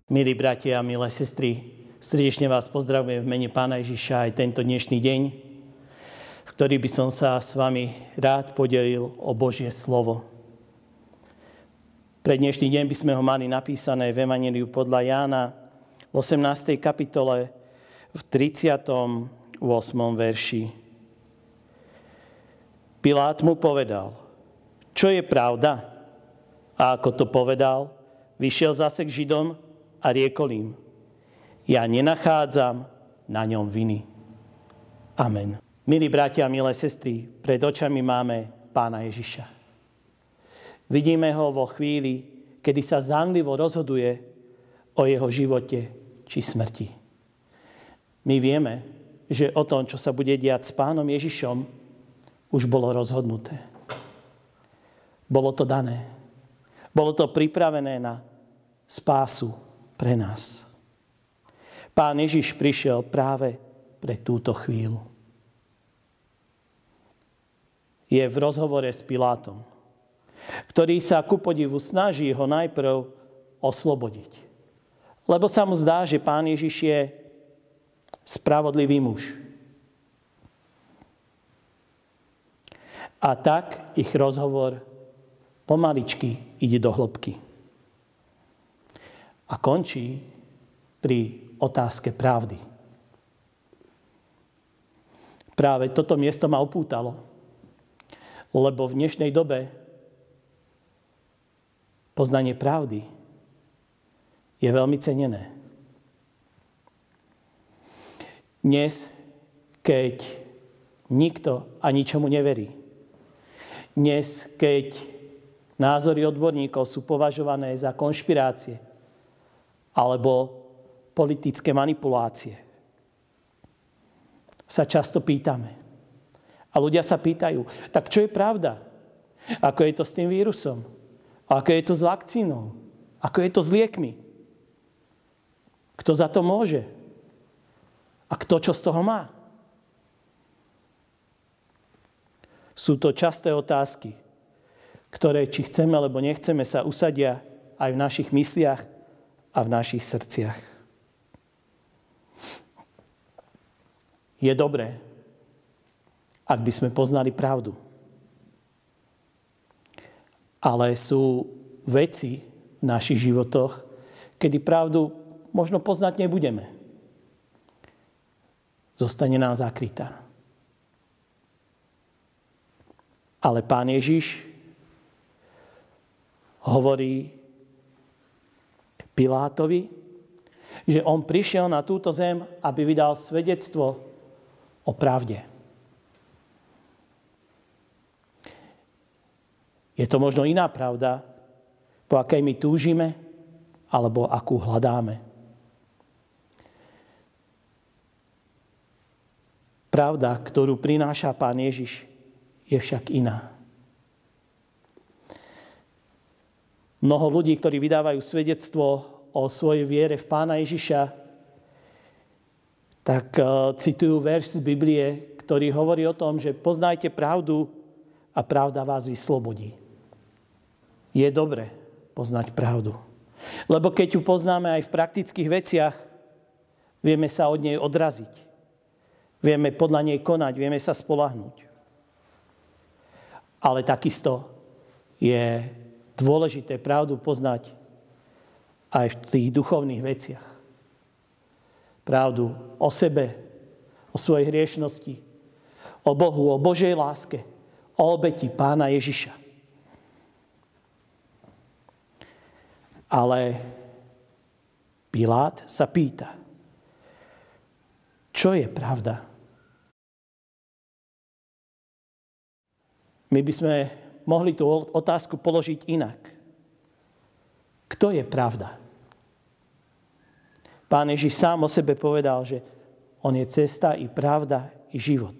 Milí bratia a milé sestry, srdečne vás pozdravujem v mene Pána Ježiša aj tento dnešný deň, v ktorý by som sa s vami rád podelil o Božie slovo. Pre dnešný deň by sme ho mali napísané v Evanjeliu podľa Jána v 18. kapitole v 38. verši. Pilát mu povedal, čo je pravda? A ako to povedal, vyšiel zase k Židom a riekol im, ja nenachádzam na ňom viny. Amen. Milí bratia a milé sestry, pred očami máme Pána Ježiša. Vidíme ho vo chvíli, kedy sa zdánlivo rozhoduje o jeho živote či smrti. My vieme, že o tom, čo sa bude diať s Pánom Ježišom, už bolo rozhodnuté. Bolo to dané. Bolo to pripravené na spásu pre nás. Pán Ježiš prišiel práve pre túto chvíľu. Je v rozhovore s Pilátom, ktorý sa ku podivu snaží ho najprv oslobodiť. Lebo sa mu zdá, že Pán Ježiš je spravodlivý muž. A tak ich rozhovor pomaličky ide do hĺbky. A končí pri otázke pravdy. Práve toto miesto ma upútalo, lebo v dnešnej dobe poznanie pravdy je veľmi cenené. Dnes, keď nikto a ničomu neverí, dnes, keď názory odborníkov sú považované za konšpirácie alebo politické manipulácie, sa často pýtame. A ľudia sa pýtajú, tak čo je pravda? Ako je to s tým vírusom? Ako je to s vakcínou? Ako je to s liekmi? Kto za to môže? A kto čo z toho má? Sú to časté otázky, ktoré, či chceme, alebo nechceme, sa usadia aj v našich mysliach a v našich srdciach. Je dobré, ak by sme poznali pravdu. Ale sú veci v našich životoch, kedy pravdu možno poznať nebudeme. Zostane nám zakrytá. Ale Pán Ježiš hovorí Pilátovi, že on prišiel na túto zem, aby vydal svedectvo o pravde. Je to možno iná pravda, po akej my túžime, alebo akú hľadáme. Pravda, ktorú prináša Pán Ježiš, je však iná. Mnoho ľudí, ktorí vydávajú svedectvo o svojej viere v Pána Ježiša, tak citujú verš z Biblie, ktorý hovorí o tom, že poznajte pravdu a pravda vás vyslobodí. Je dobre poznať pravdu. Lebo keď ju poznáme aj v praktických veciach, vieme sa od nej odraziť. Vieme podľa nej konať, vieme sa spoľahnúť. Ale takisto je dôležité pravdu poznať aj v tých duchovných veciach. Pravdu o sebe, o svojej hriešnosti, o Bohu, o Božej láske, o obeti Pána Ježiša. Ale Pilát sa pýta, čo je pravda? My by sme mohli tú otázku položiť inak. Kto je pravda? Pán Ježiš sám o sebe povedal, že on je cesta i pravda i život.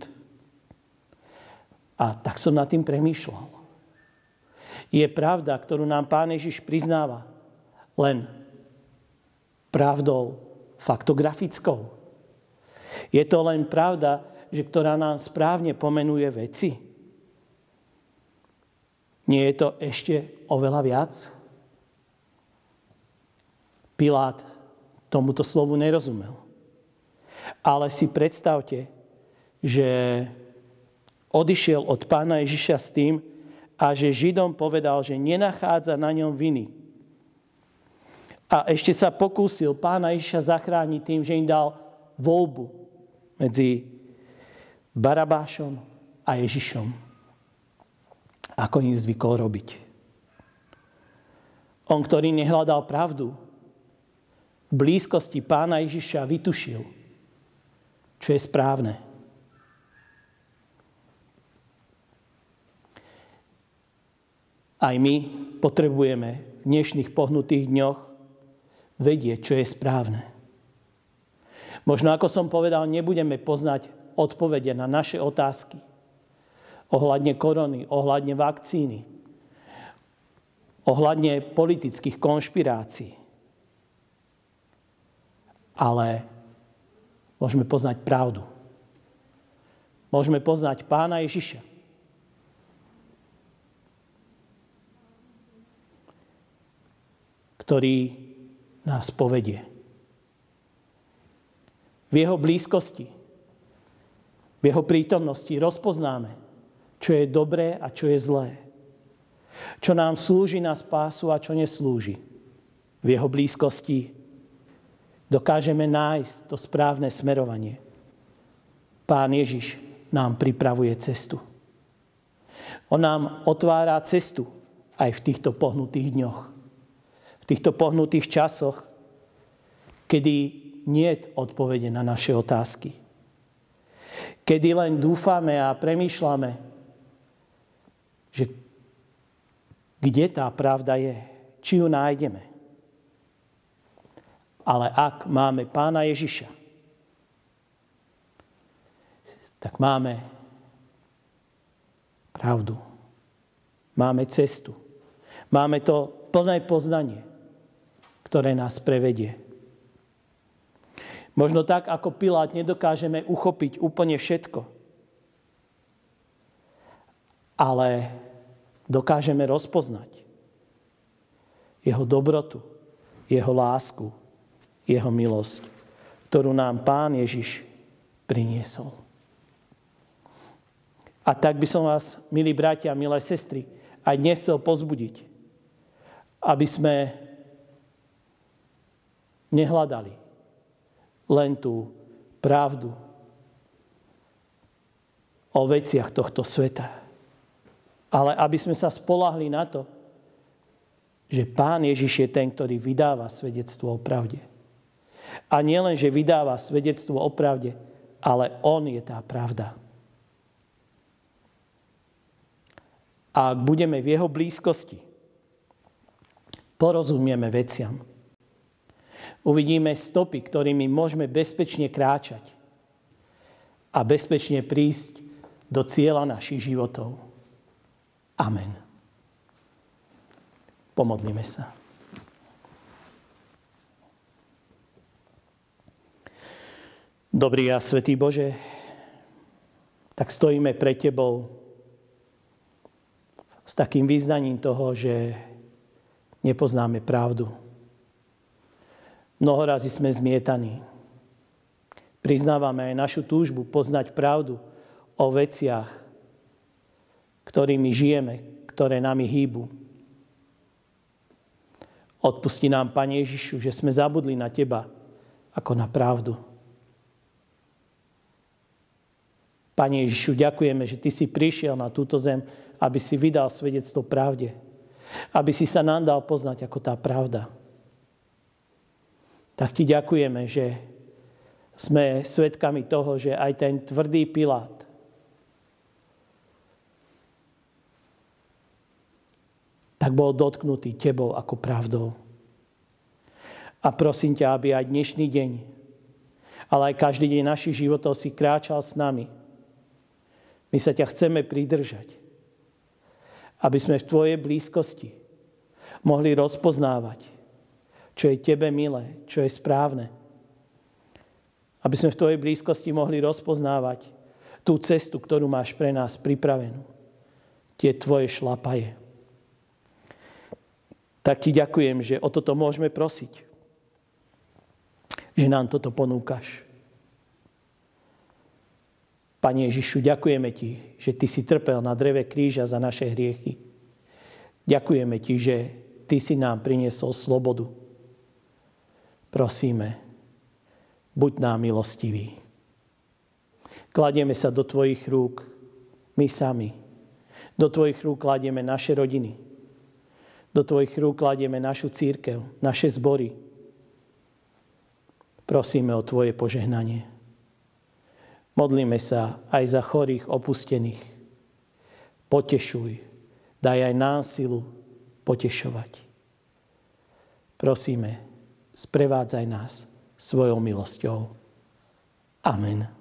A tak som nad tým premýšľal. Je pravda, ktorú nám Pán Ježiš priznáva, len pravdou faktografickou? Je to len pravda, že ktorá nám správne pomenuje veci? Nie je to ešte oveľa viac? Pilát tomuto slovu nerozumel. Ale si predstavte, že odišiel od Pána Ježiša s tým a že Židom povedal, že nenachádza na ňom viny. A ešte sa pokúsil Pána Ježiša zachrániť tým, že im dal voľbu medzi Barabášom a Ježišom. Ako im zvykol robiť. On, ktorý nehľadal pravdu, v blízkosti Pána Ježiša vytušil, čo je správne. Aj my potrebujeme v dnešných pohnutých dňoch vedieť, čo je správne. Možno, ako som povedal, nebudeme poznať odpovede na naše otázky ohľadne korony, ohľadne vakcíny, ohľadne politických konšpirácií. Ale môžeme poznať pravdu. Môžeme poznať Pána Ježiša. Ktorý nás povedie. V jeho blízkosti, v jeho prítomnosti rozpoznáme, čo je dobré a čo je zlé. Čo nám slúži na spásu a čo neslúži. V jeho blízkosti dokážeme nájsť to správne smerovanie. Pán Ježiš nám pripravuje cestu. On nám otvára cestu aj v týchto pohnutých dňoch. V týchto pohnutých časoch, kedy niet odpovede na naše otázky. Kedy len dúfame a premýšľame, že kde tá pravda je, či ju nájdeme. Ale ak máme Pána Ježiša, tak máme pravdu. Máme cestu. Máme to plné poznanie, ktoré nás prevedie. Možno tak, ako Pilát, nedokážeme uchopiť úplne všetko. Ale dokážeme rozpoznať jeho dobrotu, jeho lásku, jeho milosť, ktorú nám Pán Ježiš priniesol. A tak by som vás, milí bratia, milé sestry, aj dnes chcel pozbudiť, aby sme nehľadali len tú pravdu o veciach tohto sveta, ale aby sme sa spoľahli na to, že Pán Ježiš je ten, ktorý vydáva svedectvo o pravde. A nielen, že vydáva svedectvo o pravde, ale on je tá pravda. A ak budeme v jeho blízkosti, porozumieme veciam. Uvidíme stopy, ktorými môžeme bezpečne kráčať a bezpečne prísť do cieľa našich životov. Amen. Pomodlíme sa. Dobrý a svätý Bože, tak stojíme pred Tebou s takým vyznaním toho, že nepoznáme pravdu. Mnoho razy sme zmietaní. Priznávame aj našu túžbu poznať pravdu o veciach, ktorými žijeme, ktoré nami hýbu. Odpusti nám, Pane Ježišu, že sme zabudli na Teba ako na pravdu. Pane Ježišu, ďakujeme, že Ty si prišiel na túto zem, aby si vydal svedectvo pravde. Aby si sa nám dal poznať ako tá pravda. Tak Ti ďakujeme, že sme svedkami toho, že aj ten tvrdý Pilát tak bol dotknutý Tebou ako pravdou. A prosím ťa, aby aj dnešný deň, ale aj každý deň našich životov si kráčal s nami. My sa ťa chceme pridržať, aby sme v Tvojej blízkosti mohli rozpoznávať, čo je Tebe milé, čo je správne. Aby sme v Tvojej blízkosti mohli rozpoznávať tú cestu, ktorú máš pre nás pripravenú. Tie Tvoje šlapaje. Tak Ti ďakujem, že o toto môžeme prosiť. že nám toto ponúkaš. Pane Ježišu, ďakujeme Ti, že Ty si trpel na dreve kríža za naše hriechy. Ďakujeme Ti, že Ty si nám priniesol slobodu. Prosíme, buď nám milostivý. Kladieme sa do Tvojich rúk, my sami. Do Tvojich rúk kladieme naše rodiny. Do Tvojich rúk kladieme našu cirkev, naše zbory. Prosíme o Tvoje požehnanie. Modlíme sa aj za chorých, opustených. Potešuj, daj aj nám silu potešovať. Prosíme, sprevádzaj nás svojou milosťou. Amen.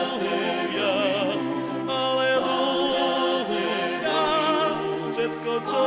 Všetko, čo